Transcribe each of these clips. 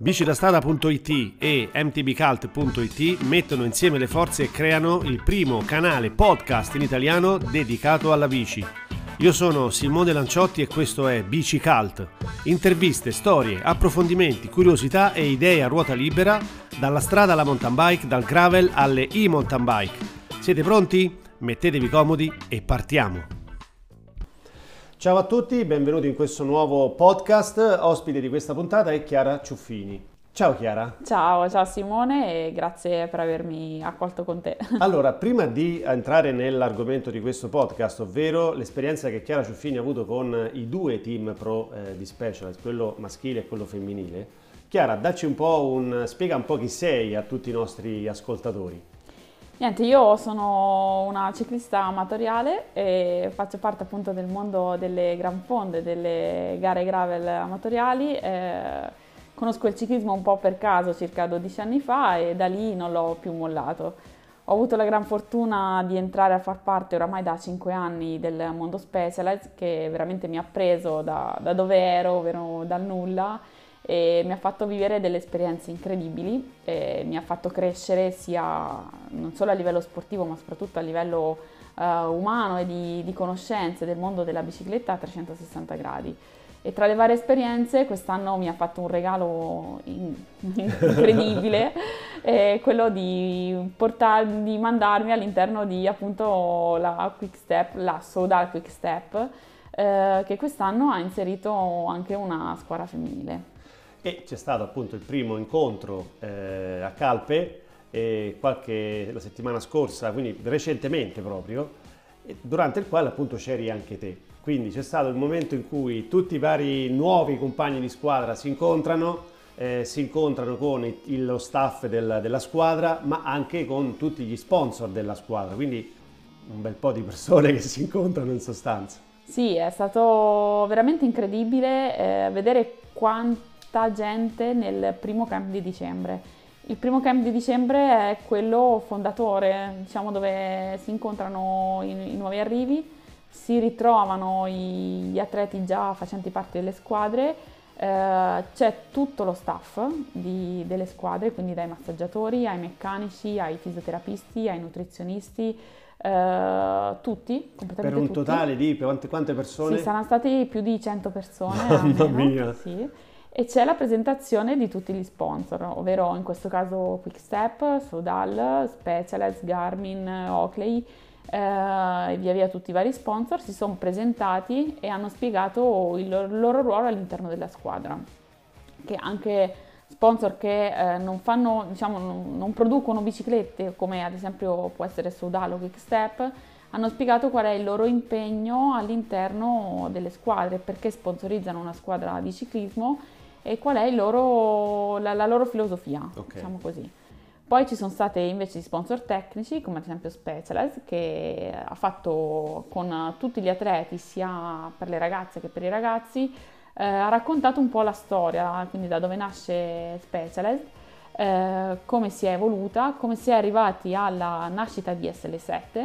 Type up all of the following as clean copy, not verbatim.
Bicidastrada.it e mtbcult.it mettono insieme le forze e creano il primo canale podcast in italiano dedicato alla bici. Io sono Simone Lanciotti e questo è Bici Cult. Interviste, storie, approfondimenti, curiosità e idee a ruota libera, dalla strada alla mountain bike, dal gravel alle e-mountain bike. Siete pronti? Mettetevi comodi e partiamo! Ciao a tutti, benvenuti in questo nuovo podcast. Ospite di questa puntata è Chiara Ciuffini. Ciao Chiara. Ciao Simone e grazie per avermi accolto con te. Allora, prima di entrare nell'argomento di questo podcast, ovvero l'esperienza che Chiara Ciuffini ha avuto con i due team pro di Specialized, quello maschile e quello femminile, Chiara, dacci un po' spiega un po' chi sei a tutti i nostri ascoltatori. Niente, io sono una ciclista amatoriale e faccio parte appunto del mondo delle gran fonde, delle gare gravel amatoriali. Conosco il ciclismo un po' per caso circa 12 anni fa e da lì non l'ho più mollato. Ho avuto la gran fortuna di entrare a far parte oramai da 5 anni del mondo Specialized, che veramente mi ha preso da dove ero, ovvero dal nulla, e mi ha fatto vivere delle esperienze incredibili e mi ha fatto crescere sia non solo a livello sportivo ma soprattutto a livello umano e di conoscenze del mondo della bicicletta a 360 gradi. E tra le varie esperienze quest'anno mi ha fatto un regalo incredibile, quello di mandarmi all'interno di appunto la Quick Step, la Soudal Quick Step, che quest'anno ha inserito anche una squadra femminile. E c'è stato appunto il primo incontro a Calpe la settimana scorsa, quindi recentemente proprio, durante il quale appunto c'eri anche te. Quindi c'è stato il momento in cui tutti i vari nuovi compagni di squadra si incontrano con lo staff della squadra, ma anche con tutti gli sponsor della squadra, quindi un bel po' di persone che si incontrano in sostanza. Sì, è stato veramente incredibile vedere quanto gente nel primo camp di dicembre. Il primo camp di dicembre è quello fondatore, diciamo, dove si incontrano i nuovi arrivi, si ritrovano gli atleti già facenti parte delle squadre, c'è tutto lo staff delle squadre, quindi dai massaggiatori ai meccanici, ai fisioterapisti, ai nutrizionisti, tutti, completamente per un tutti. Totale di quante persone? Sì, saranno stati più di 100 persone. Mamma mia! Sì. E c'è la presentazione di tutti gli sponsor, ovvero in questo caso Quickstep, Soudal, Specialized, Garmin, Oakley, e via via tutti i vari sponsor si sono presentati e hanno spiegato il loro ruolo all'interno della squadra. Che anche sponsor che non producono biciclette, come ad esempio può essere Soudal o Quickstep, hanno spiegato qual è il loro impegno all'interno delle squadre, perché sponsorizzano una squadra di ciclismo e qual è la loro filosofia, okay. Diciamo così. Poi ci sono state invece gli sponsor tecnici, come ad esempio Specialized, che ha fatto con tutti gli atleti, sia per le ragazze che per i ragazzi, ha raccontato un po' la storia, quindi da dove nasce Specialized, come si è evoluta, come si è arrivati alla nascita di SL7.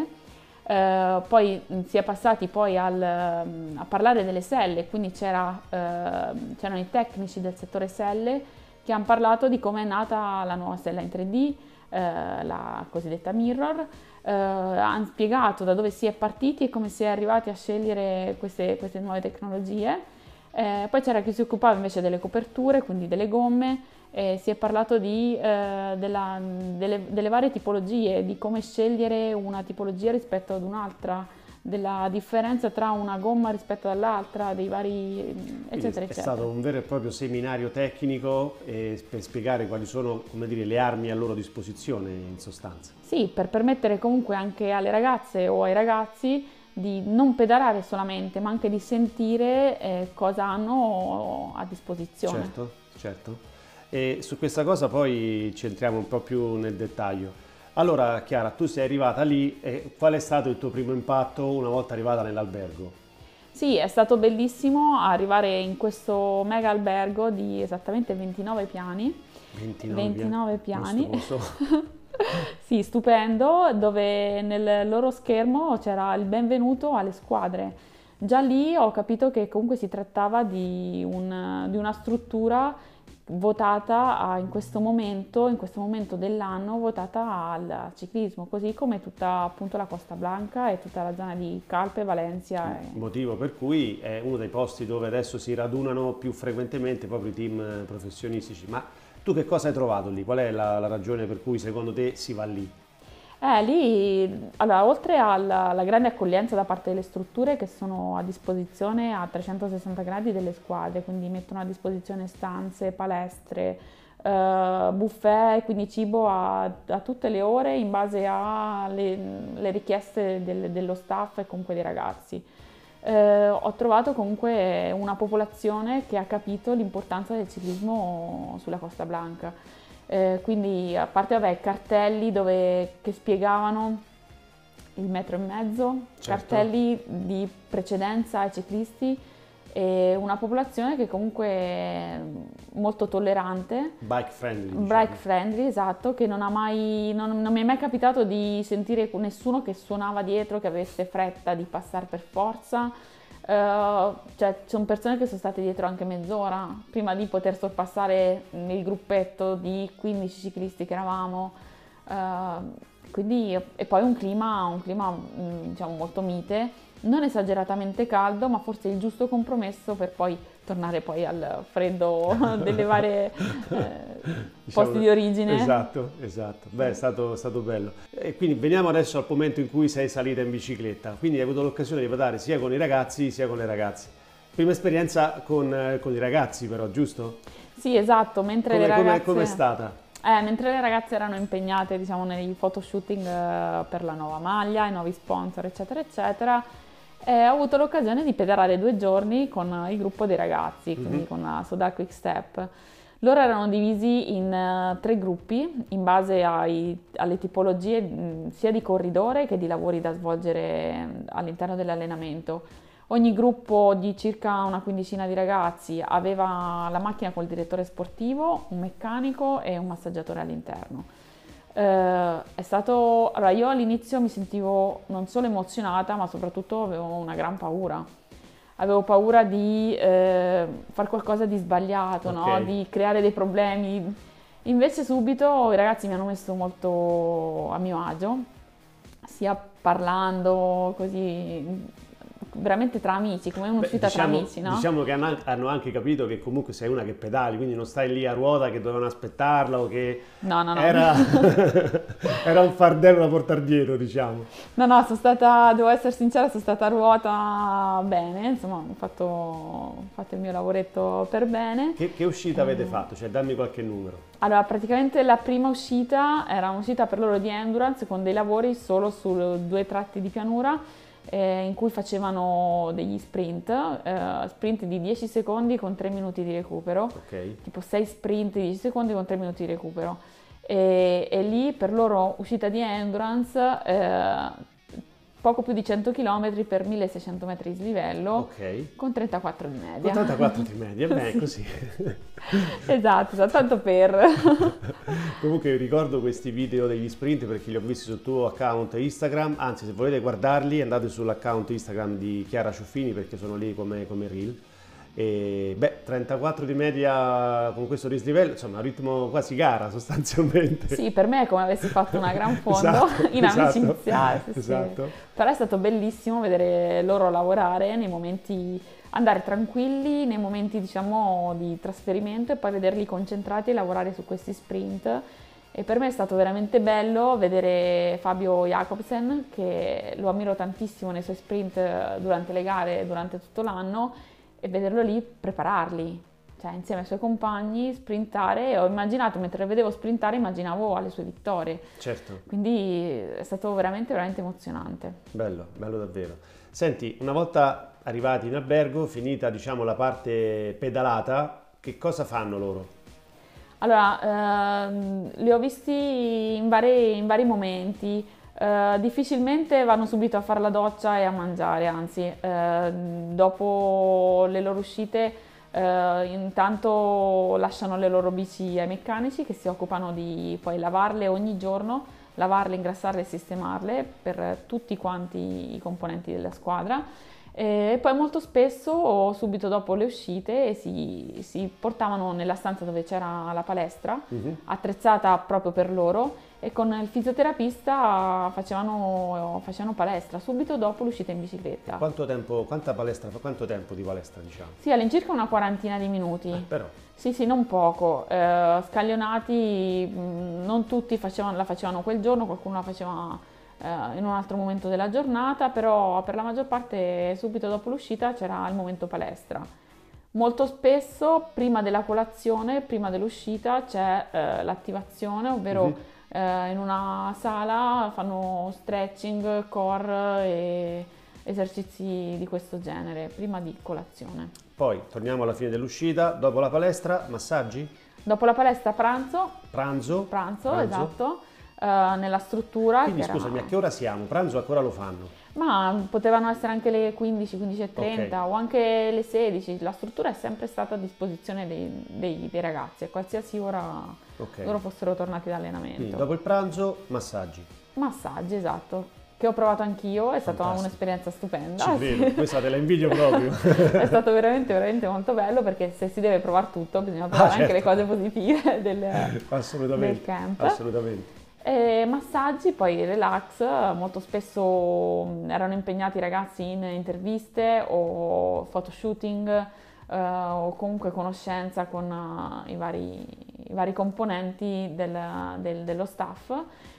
Poi si è passati poi a parlare delle selle, quindi c'erano i tecnici del settore selle che hanno parlato di come è nata la nuova sella in 3D, la cosiddetta Mirror, hanno spiegato da dove si è partiti e come si è arrivati a scegliere queste nuove tecnologie. Poi c'era chi si occupava invece delle coperture, quindi delle gomme. Si è parlato delle varie tipologie, di come scegliere una tipologia rispetto ad un'altra, della differenza tra una gomma rispetto all'altra, dei vari eccetera eccetera. È stato un vero e proprio seminario tecnico per spiegare quali sono, come dire, le armi a loro disposizione in sostanza. Sì, per permettere comunque anche alle ragazze o ai ragazzi di non pedalare solamente, ma anche di sentire cosa hanno a disposizione. Certo. E su questa cosa poi ci entriamo un po' più nel dettaglio. Allora Chiara, tu sei arrivata lì e qual è stato il tuo primo impatto una volta arrivata nell'albergo? Sì, è stato bellissimo arrivare in questo mega albergo di esattamente 29 piani. 29 piani. Sì, stupendo, dove nel loro schermo c'era il benvenuto alle squadre. Già lì ho capito che comunque si trattava di una struttura in questo momento dell'anno, votata al ciclismo, così come tutta appunto la Costa Blanca e tutta la zona di Calpe, Valencia. Motivo per cui è uno dei posti dove adesso si radunano più frequentemente proprio i team professionistici. Ma tu che cosa hai trovato lì? Qual è la ragione per cui secondo te si va lì? Lì, allora, oltre alla grande accoglienza da parte delle strutture che sono a disposizione a 360 gradi delle squadre, quindi mettono a disposizione stanze, palestre, buffet, quindi cibo a tutte le ore in base alle richieste dello staff e comunque dei ragazzi. Ho trovato comunque una popolazione che ha capito l'importanza del ciclismo sulla Costa Blanca. Quindi a parte cartelli che spiegavano il 1,5 metri, Certo. cartelli di precedenza ai ciclisti e una popolazione che comunque è molto tollerante. Bike friendly. Bike friendly, esatto, che non mi è mai capitato di sentire nessuno che suonava dietro, che avesse fretta di passare per forza. Cioè, sono persone che sono state dietro anche mezz'ora prima di poter sorpassare il gruppetto di 15 ciclisti che eravamo. E poi un clima diciamo molto mite, non esageratamente caldo, ma forse il giusto compromesso per poi tornare poi al freddo delle varie posti di origine. Esatto. Beh, è stato bello. E quindi veniamo adesso al momento in cui sei salita in bicicletta. Quindi hai avuto l'occasione di votare sia con i ragazzi sia con le ragazze. Prima esperienza con i ragazzi però, giusto? Sì, esatto, mentre le ragazze... Com'è stata? Mentre le ragazze erano impegnate, diciamo, nei photoshooting per la nuova maglia, i nuovi sponsor, eccetera, eccetera, ho avuto l'occasione di pedalare 2 giorni con il gruppo dei ragazzi, quindi con la Soudal Quick Step. Loro erano divisi in 3 gruppi in base alle tipologie sia di corridore che di lavori da svolgere all'interno dell'allenamento. Ogni gruppo di circa una quindicina di ragazzi aveva la macchina col direttore sportivo, un meccanico e un massaggiatore all'interno. Allora, io all'inizio mi sentivo non solo emozionata, ma soprattutto avevo una gran paura. Avevo paura di fare qualcosa di sbagliato, Okay. no? Di creare dei problemi. Invece subito i ragazzi mi hanno messo molto a mio agio, sia parlando così, veramente tra amici, come un'uscita tra amici, no? Diciamo che hanno anche capito che comunque sei una che pedali, quindi non stai lì a ruota che dovevano aspettarla o che No. era un fardello da portare dietro, diciamo. No, devo essere sincera, sono stata a ruota bene, insomma, ho fatto il mio lavoretto per bene. Che uscita avete fatto? Cioè, dammi qualche numero. Allora, praticamente la prima uscita era un'uscita per loro di endurance con dei lavori solo su 2 tratti di pianura in cui facevano degli sprint di 10 secondi con 3 minuti di recupero, Ok. tipo 6 sprint di 10 secondi con 3 minuti di recupero. E lì per loro uscita di endurance poco più di 100 km per 1600 metri di slivello, Ok. con 34 di media. 84 di media, beh, Sì. così. Esatto, tanto per... Comunque ricordo questi video degli sprint perché li ho visti sul tuo account Instagram, anzi se volete guardarli andate sull'account Instagram di Chiara Ciuffini perché sono lì come reel. E 34 di media con questo dislivello, insomma un ritmo quasi gara sostanzialmente. Sì, per me è come avessi fatto una gran fondo Esatto, in esatto, amicizia. Sì. esatto. Però è stato bellissimo vedere loro lavorare nei momenti, andare tranquilli nei momenti diciamo di trasferimento e poi vederli concentrati e lavorare su questi sprint. E per me è stato veramente bello vedere Fabio Jacobsen, che lo ammiro tantissimo nei suoi sprint durante le gare, durante tutto l'anno, e vederlo lì prepararli, cioè insieme ai suoi compagni sprintare, e ho immaginato, mentre lo vedevo sprintare, immaginavo alle sue vittorie. Certo. Quindi è stato veramente emozionante. Bello davvero. Senti, una volta arrivati in albergo, finita diciamo la parte pedalata, che cosa fanno loro? Allora, li ho visti in vari momenti. Difficilmente vanno subito a fare la doccia e a mangiare, anzi, dopo le loro uscite intanto lasciano le loro bici ai meccanici che si occupano di poi lavarle ogni giorno, lavarle, ingrassarle e sistemarle per tutti quanti i componenti della squadra. E poi molto spesso, subito dopo le uscite, si portavano nella stanza dove c'era la palestra, attrezzata proprio per loro, e con il fisioterapista facevano palestra subito dopo l'uscita in bicicletta. Quanto tempo di palestra, diciamo? Sì, all'incirca una quarantina di minuti. Però. Sì, non poco. Scaglionati, non tutti la facevano quel giorno, qualcuno la faceva in un altro momento della giornata, però per la maggior parte subito dopo l'uscita c'era il momento palestra. Molto spesso prima della colazione, prima dell'uscita c'è l'attivazione, ovvero in una sala fanno stretching, core e esercizi di questo genere prima di colazione. Poi torniamo alla fine dell'uscita, dopo la palestra, massaggi? Dopo la palestra pranzo. Pranzo. Esatto. Nella struttura. Quindi scusami, a che ora siamo? Pranzo a che ora lo fanno? Ma potevano essere anche le 15, 15:30 Okay. o anche le 16. La struttura è sempre stata a disposizione dei ragazzi a qualsiasi ora loro fossero tornati Quindi dall'allenamento. dopo il pranzo, massaggi. Massaggi, esatto, che ho provato anch'io, è stata Fantastico. un'esperienza stupenda. Ci sì. credo, questa te la invidio proprio. È stato veramente, veramente molto bello, perché se si deve provare tutto bisogna provare anche le certo. cose positive del Assolutamente. camp. Assolutamente. Massaggi, poi relax, molto spesso erano impegnati i ragazzi in interviste o photoshooting o comunque conoscenza con i vari componenti dello staff.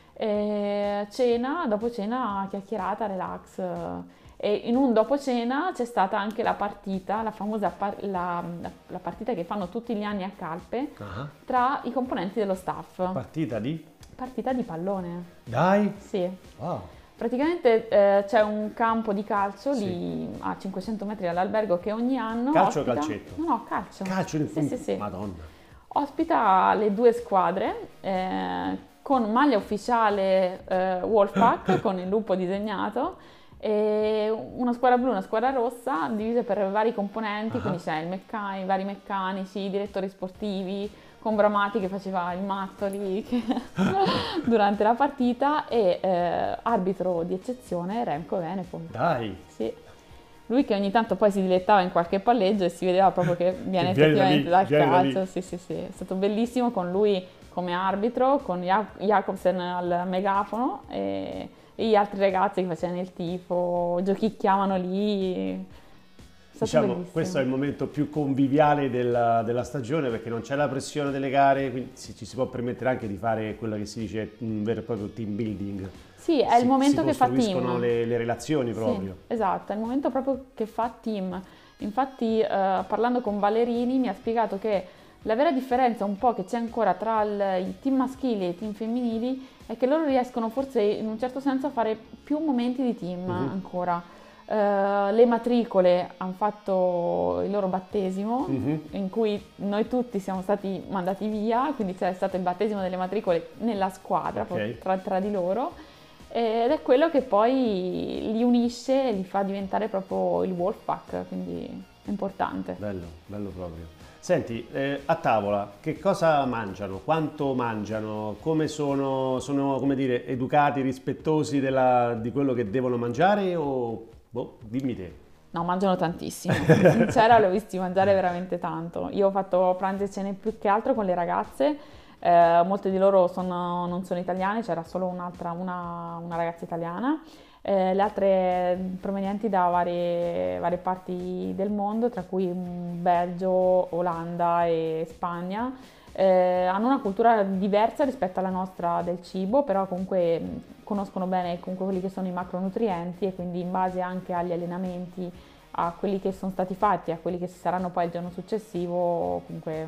Dopo cena, chiacchierata, relax. E in un dopo cena c'è stata anche la partita, la famosa la partita che fanno tutti gli anni a Calpe tra i componenti dello staff. Partita di Pallone. Dai! Sì. Wow! Praticamente c'è un campo di calcio lì a 500 metri dall'albergo che ogni anno Calcio o ospita... calcetto? No, calcio. Calcio nel Sì. Madonna! Ospita le due squadre con maglia ufficiale Wolfpack con il lupo disegnato, e una squadra blu e una squadra rossa divise per vari componenti, quindi c'è i vari meccanici, i direttori sportivi, con Bramati che faceva il matto lì durante la partita, e arbitro di eccezione Remco Evenepoel. Dai! Sì. Lui che ogni tanto poi si dilettava in qualche palleggio e si vedeva proprio che viene Che viene da effettivamente lì, dal viene da lì. calcio. Sì. È stato bellissimo con lui come arbitro, con Jacobsen al megafono e gli altri ragazzi che facevano il tifo, giochicchiavano lì. È stato bellissimo. Questo è il momento più conviviale della stagione, perché non c'è la pressione delle gare, quindi ci si può permettere anche di fare quello che si dice un vero e proprio team building. Sì, è il momento che fa team. Si costruiscono le relazioni proprio. Sì, esatto, è il momento proprio che fa team. Infatti, parlando con Valerini, mi ha spiegato che la vera differenza un po' che c'è ancora tra i team maschili e i team femminili è che loro riescono forse in un certo senso a fare più momenti di team ancora. Le matricole hanno fatto il loro battesimo, in cui noi tutti siamo stati mandati via, quindi c'è stato il battesimo delle matricole nella squadra, tra di loro, ed è quello che poi li unisce e li fa diventare proprio il Wolfpack, quindi è importante. Bello, bello proprio. Senti, a tavola che cosa mangiano? Quanto mangiano? Come sono come dire, educati, rispettosi di quello che devono mangiare o... Boh, dimmi te. No, mangiano tantissimo, sono sincera, li ho visti mangiare veramente tanto. Io ho fatto pranzi e cene più che altro con le ragazze, molte di loro non sono italiane, c'era solo una ragazza italiana, le altre provenienti da varie parti del mondo, tra cui Belgio, Olanda e Spagna. Hanno una cultura diversa rispetto alla nostra del cibo, però comunque conoscono bene comunque quelli che sono i macronutrienti, e quindi in base anche agli allenamenti, a quelli che sono stati fatti, a quelli che saranno poi il giorno successivo, comunque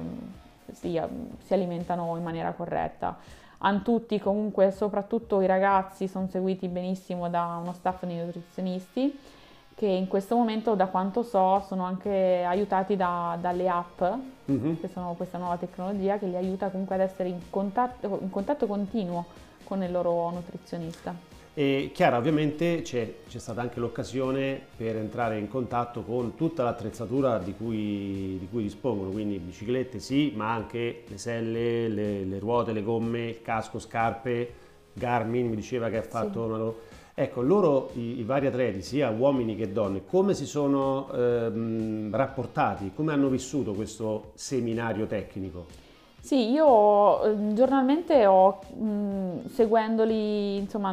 si alimentano in maniera corretta. Hanno tutti comunque, soprattutto i ragazzi, sono seguiti benissimo da uno staff di nutrizionisti, che in questo momento, da quanto so, sono anche aiutati dalle app, che sono questa nuova tecnologia che li aiuta comunque ad essere in contatto continuo con il loro nutrizionista. E Chiara, ovviamente c'è stata anche l'occasione per entrare in contatto con tutta l'attrezzatura di cui dispongono, quindi biciclette sì, ma anche le selle, le ruote, le gomme, il casco, scarpe. Garmin mi diceva che ha fatto una loro... Ecco, loro, i vari atleti, sia uomini che donne, come si sono rapportati, come hanno vissuto questo seminario tecnico? Sì, io giornalmente seguendoli, insomma,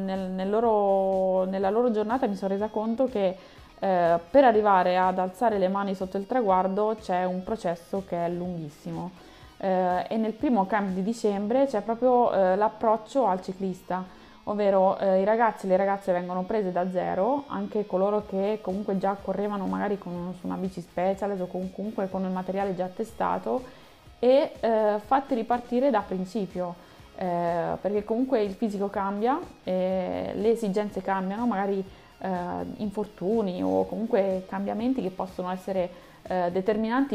nella loro giornata mi sono resa conto che per arrivare ad alzare le mani sotto il traguardo c'è un processo che è lunghissimo. E nel primo camp di dicembre c'è proprio l'approccio al ciclista, ovvero i ragazzi e le ragazze vengono prese da zero, anche coloro che comunque già correvano magari su una bici Specialized o comunque con il materiale già testato e fatti ripartire da principio, perché comunque il fisico cambia, le esigenze cambiano, magari infortuni o comunque cambiamenti che possono essere determinanti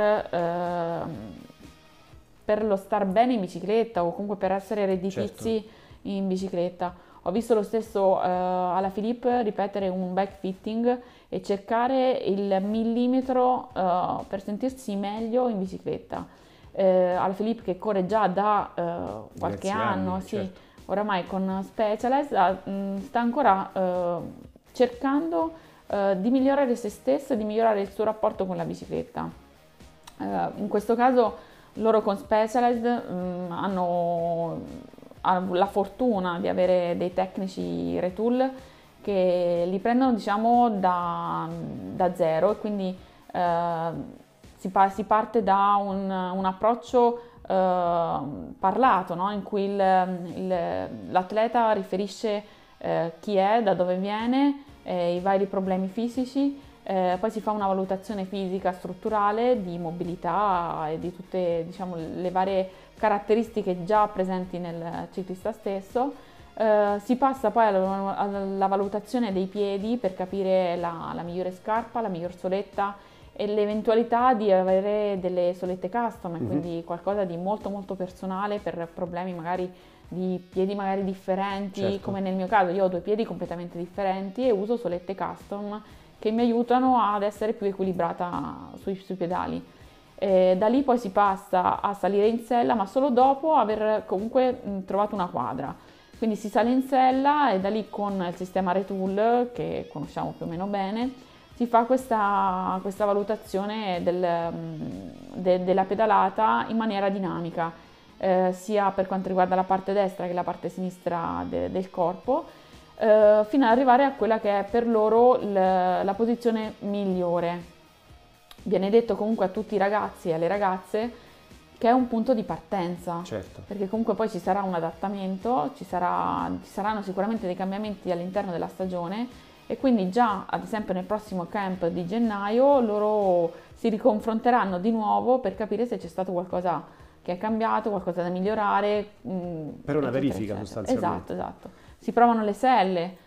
per lo star bene in bicicletta o comunque per essere redditizi in bicicletta. Ho visto lo stesso alla Philippe ripetere un bike fitting e cercare il millimetro per sentirsi meglio in bicicletta. Alla Philippe che corre già da qualche anno, sì, certo. Oramai con Specialized, sta ancora cercando di migliorare se stessa e di migliorare il suo rapporto con la bicicletta. In questo caso loro con Specialized hanno la fortuna di avere dei tecnici retool che li prendono, diciamo, da zero, e quindi si parte da un approccio parlato, no? In cui l'atleta riferisce chi è, da dove viene, i vari problemi fisici, poi si fa una valutazione fisica strutturale di mobilità e di tutte, diciamo, le varie caratteristiche già presenti nel ciclista stesso. Si passa poi alla valutazione dei piedi per capire la migliore scarpa, la miglior soletta e l'eventualità di avere delle solette custom, quindi qualcosa di molto molto personale per problemi magari di piedi magari differenti, certo. Come nel mio caso io ho 2 piedi completamente differenti e uso solette custom che mi aiutano ad essere più equilibrata sui pedali. Da lì poi si passa a salire in sella, ma solo dopo aver comunque trovato una quadra. Quindi si sale in sella e da lì con il sistema Retool, che conosciamo più o meno bene, si fa questa valutazione della pedalata in maniera dinamica, sia per quanto riguarda la parte destra che la parte sinistra del corpo, fino ad arrivare a quella che è per loro la posizione migliore. Viene detto comunque a tutti i ragazzi e alle ragazze che è un punto di partenza, certo. Perché comunque poi ci sarà un adattamento, ci saranno sicuramente dei cambiamenti all'interno della stagione e quindi già ad esempio nel prossimo camp di gennaio loro si riconfronteranno di nuovo per capire se c'è stato qualcosa che è cambiato, qualcosa da migliorare. Per una verifica sostanzialmente. Esatto. Si provano le selle.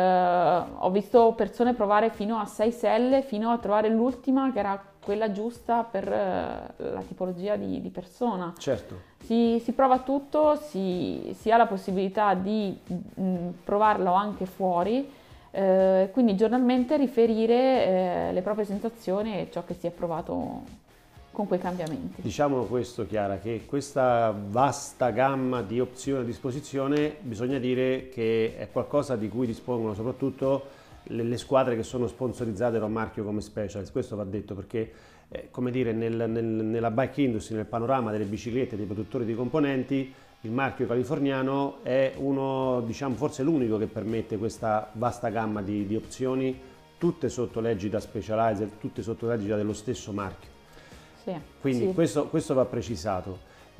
Ho visto persone provare fino a 6 selle fino a trovare l'ultima che era quella giusta per la tipologia di persona. Certo. Si prova tutto, si ha la possibilità di provarlo anche fuori, quindi giornalmente riferire le proprie sensazioni e ciò che si è provato con quei cambiamenti. Diciamo questo, Chiara, che questa vasta gamma di opzioni a disposizione bisogna dire che è qualcosa di cui dispongono soprattutto le squadre che sono sponsorizzate da un marchio come Specialized. Questo va detto perché, come dire, nella bike industry, nel panorama delle biciclette, dei produttori di componenti, il marchio californiano è uno, diciamo, forse l'unico che permette questa vasta gamma di opzioni, tutte sotto l'egida Specialized, tutte sotto l'egida dello stesso marchio. Sì, quindi sì. Questo va precisato.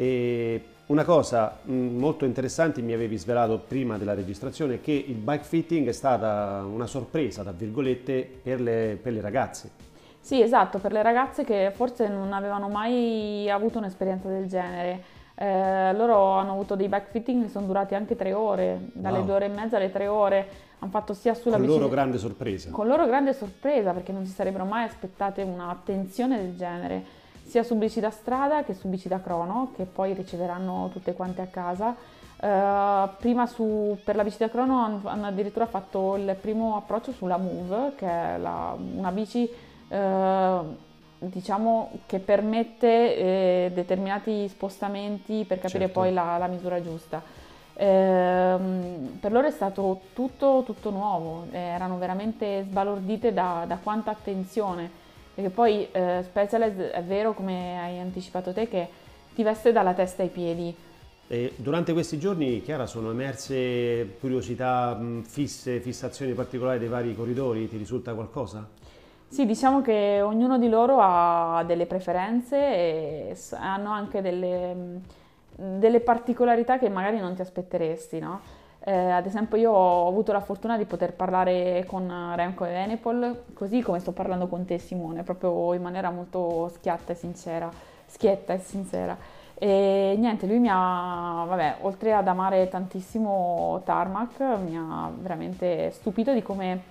E una cosa molto interessante mi avevi svelato prima della registrazione, che il bike fitting è stata una sorpresa, tra virgolette, per le ragazze. Sì, esatto, per le ragazze che forse non avevano mai avuto un'esperienza del genere. Loro hanno avuto dei bike fitting che sono durati anche 3 ore, dalle wow. 2 ore e mezza alle 3 ore. Hanno fatto sia sulla bicicletta. Con loro grande sorpresa. Con loro grande sorpresa, perché non si sarebbero mai aspettate un'attenzione del genere, sia su bici da strada che su bici da crono, che poi riceveranno tutte quante a casa. Prima per la bici da crono hanno addirittura fatto il primo approccio sulla Move, che è una bici diciamo che permette determinati spostamenti per capire certo. Poi la misura giusta. Per loro è stato tutto nuovo, erano veramente sbalordite da quanta attenzione, perché poi Specialized è vero, come hai anticipato te, che ti veste dalla testa ai piedi. E durante questi giorni, Chiara, sono emerse curiosità fisse, fissazioni particolari dei vari corridori? Ti risulta qualcosa? Sì, diciamo che ognuno di loro ha delle preferenze e hanno anche delle particolarità che magari non ti aspetteresti, no? Ad esempio io ho avuto la fortuna di poter parlare con Remco e Evenepoel, così come sto parlando con te Simone, proprio in maniera molto schietta e sincera. E niente, lui mi ha, vabbè, oltre ad amare tantissimo Tarmac, mi ha veramente stupito di come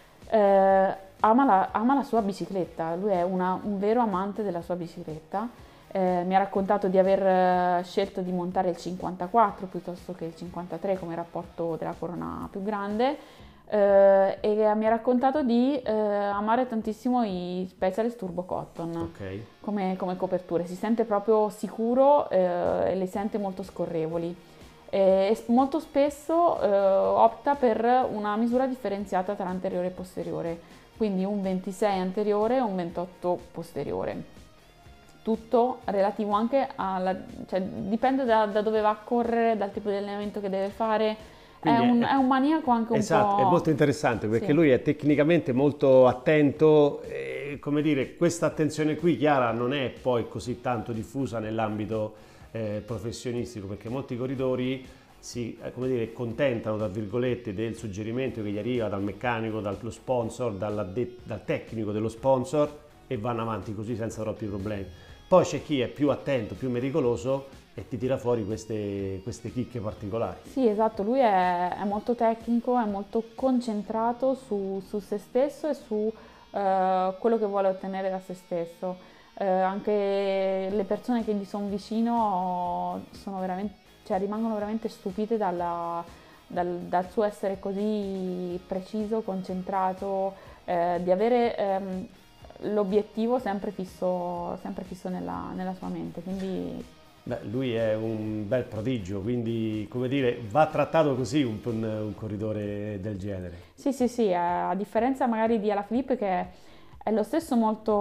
ama la sua bicicletta. Lui è un vero amante della sua bicicletta. Mi ha raccontato di aver scelto di montare il 54 piuttosto che il 53 come rapporto della corona più grande, e mi ha raccontato di amare tantissimo i Specialized Turbo Cotton. Ok. Come coperture, si sente proprio sicuro e le sente molto scorrevoli. E molto spesso opta per una misura differenziata tra anteriore e posteriore, quindi un 26 anteriore e un 28 posteriore. Tutto relativo anche cioè dipende da dove va a correre, dal tipo di allenamento che deve fare. È un maniaco anche un esatto, po'. è molto interessante perché Sì. lui è tecnicamente molto attento e, come dire, questa attenzione qui, Chiara, non è poi così tanto diffusa nell'ambito professionistico, perché molti corridori si, come dire, contentano, tra virgolette, del suggerimento che gli arriva dal meccanico, dallo sponsor, dal tecnico dello sponsor, e vanno avanti così senza troppi problemi. Poi c'è chi è più attento, più meticoloso e ti tira fuori queste chicche particolari. Sì, esatto, lui è molto tecnico, è molto concentrato su se stesso e su quello che vuole ottenere da se stesso. Anche le persone che gli sono vicino sono cioè, rimangono veramente stupite dal suo essere così preciso, concentrato, di avere l'obiettivo sempre fisso nella sua mente. Quindi Beh, lui è un bel prodigio, quindi, come dire, va trattato così un corridore del genere. sì, a differenza magari di Alaphilippe che è lo stesso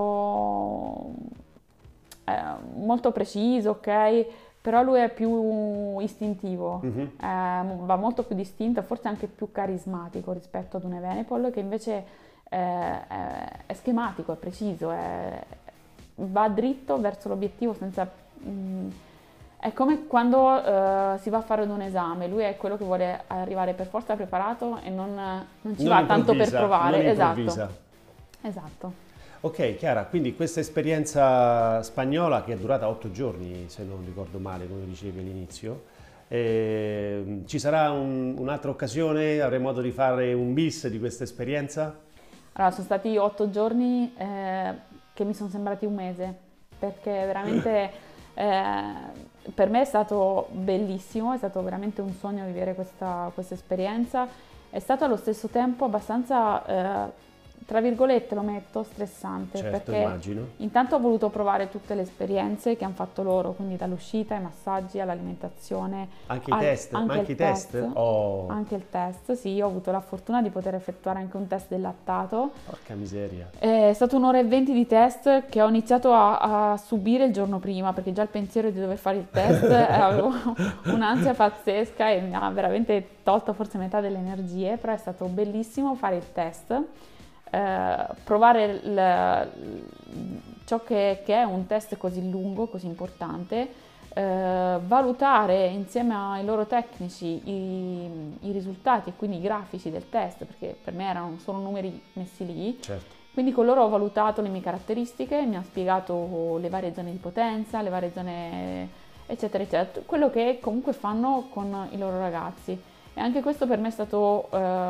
molto preciso, ok? Però lui è più istintivo, Mhm. va molto più distinto, forse anche più carismatico rispetto ad un Evenepoel che invece è schematico, è preciso, va dritto verso l'obiettivo senza... È come quando si va a fare ad un esame, lui è quello che vuole arrivare per forza preparato e non ci va tanto per provare. Non improvvisa. Esatto. Ok, Chiara, quindi questa esperienza spagnola che è durata 8 giorni, se non ricordo male, come dicevi all'inizio, ci sarà un'altra occasione? Avremo modo di fare un bis di questa esperienza? Allora, sono stati 8 giorni che mi sono sembrati un mese, perché veramente per me è stato bellissimo, è stato veramente un sogno vivere questa esperienza. È stato allo stesso tempo abbastanza, tra virgolette lo metto, stressante, Certo, perché immagino. intanto ho voluto provare tutte le esperienze che hanno fatto loro, quindi dall'uscita ai massaggi all'alimentazione, Anche i test? Ma anche i test? Oh, anche il test, sì, io ho avuto la fortuna di poter effettuare anche un test del lattato. porca miseria. È stato un'ora e 20 di test che ho iniziato a subire il giorno prima, perché già il pensiero di dover fare il test avevo un'ansia pazzesca e mi ha veramente tolto forse metà delle energie, però è stato bellissimo fare il test, provare ciò che è un test così lungo, così importante, valutare insieme ai loro tecnici i risultati e quindi i grafici del test, perché per me erano solo numeri messi lì. Certo. Quindi con loro ho valutato le mie caratteristiche, mi ha spiegato le varie zone di potenza, le varie zone eccetera eccetera, quello che comunque fanno con i loro ragazzi. E anche questo per me è stato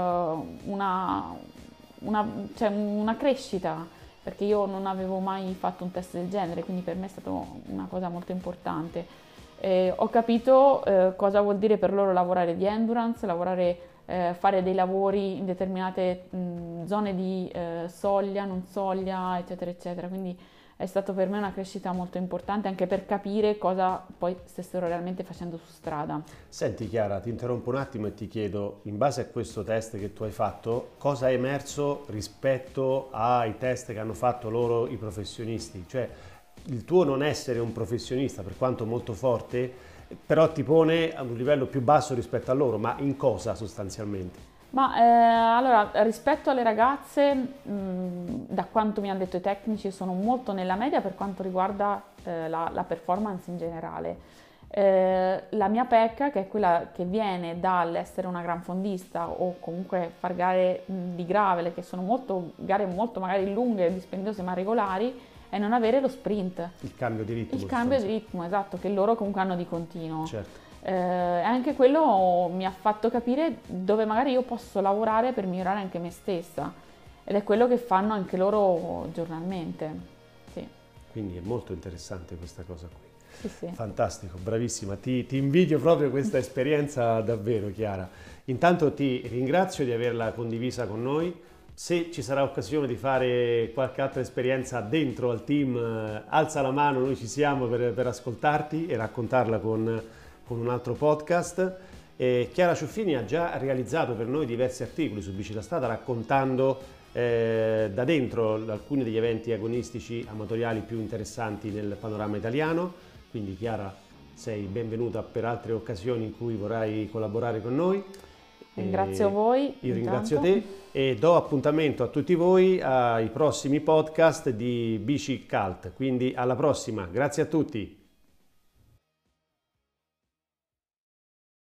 cioè una crescita, perché io non avevo mai fatto un test del genere, quindi per me è stata una cosa molto importante. Ho capito cosa vuol dire per loro lavorare di endurance, fare dei lavori in determinate zone di soglia, non soglia, eccetera, eccetera. Quindi è stato per me una crescita molto importante anche per capire cosa poi stessero realmente facendo su strada. Senti Chiara, ti interrompo un attimo e ti chiedo, in base a questo test che tu hai fatto, cosa è emerso rispetto ai test che hanno fatto loro i professionisti? Cioè, il tuo non essere un professionista, per quanto molto forte, però ti pone a un livello più basso rispetto a loro, ma in cosa sostanzialmente? Ma allora, rispetto alle ragazze, da quanto mi hanno detto i tecnici, sono molto nella media per quanto riguarda la performance in generale. La mia pecca, che è quella che viene dall'essere una gran fondista o comunque far gare di gravel, che sono gare molto magari lunghe, dispendiose ma regolari, è non avere lo sprint. Il cambio di ritmo. Il cambio di ritmo, esatto, che loro comunque hanno di continuo. Certo. Anche quello mi ha fatto capire dove magari io posso lavorare per migliorare anche me stessa, ed è quello che fanno anche loro giornalmente. Sì. Quindi è molto interessante questa cosa qui. Sì, sì. Fantastico, bravissima, ti invidio proprio questa esperienza davvero, Chiara. Intanto ti ringrazio di averla condivisa con noi. Se ci sarà occasione di fare qualche altra esperienza dentro al team, alza la mano, noi ci siamo per ascoltarti e raccontarla con un altro podcast. Chiara Ciuffini ha già realizzato per noi diversi articoli su Bici da Strada raccontando da dentro alcuni degli eventi agonistici amatoriali più interessanti nel panorama italiano. Quindi Chiara, sei benvenuta per altre occasioni in cui vorrai collaborare con noi. Ringrazio voi. Io ringrazio te e do appuntamento a tutti voi ai prossimi podcast di Bici Cult. Quindi alla prossima, grazie a tutti.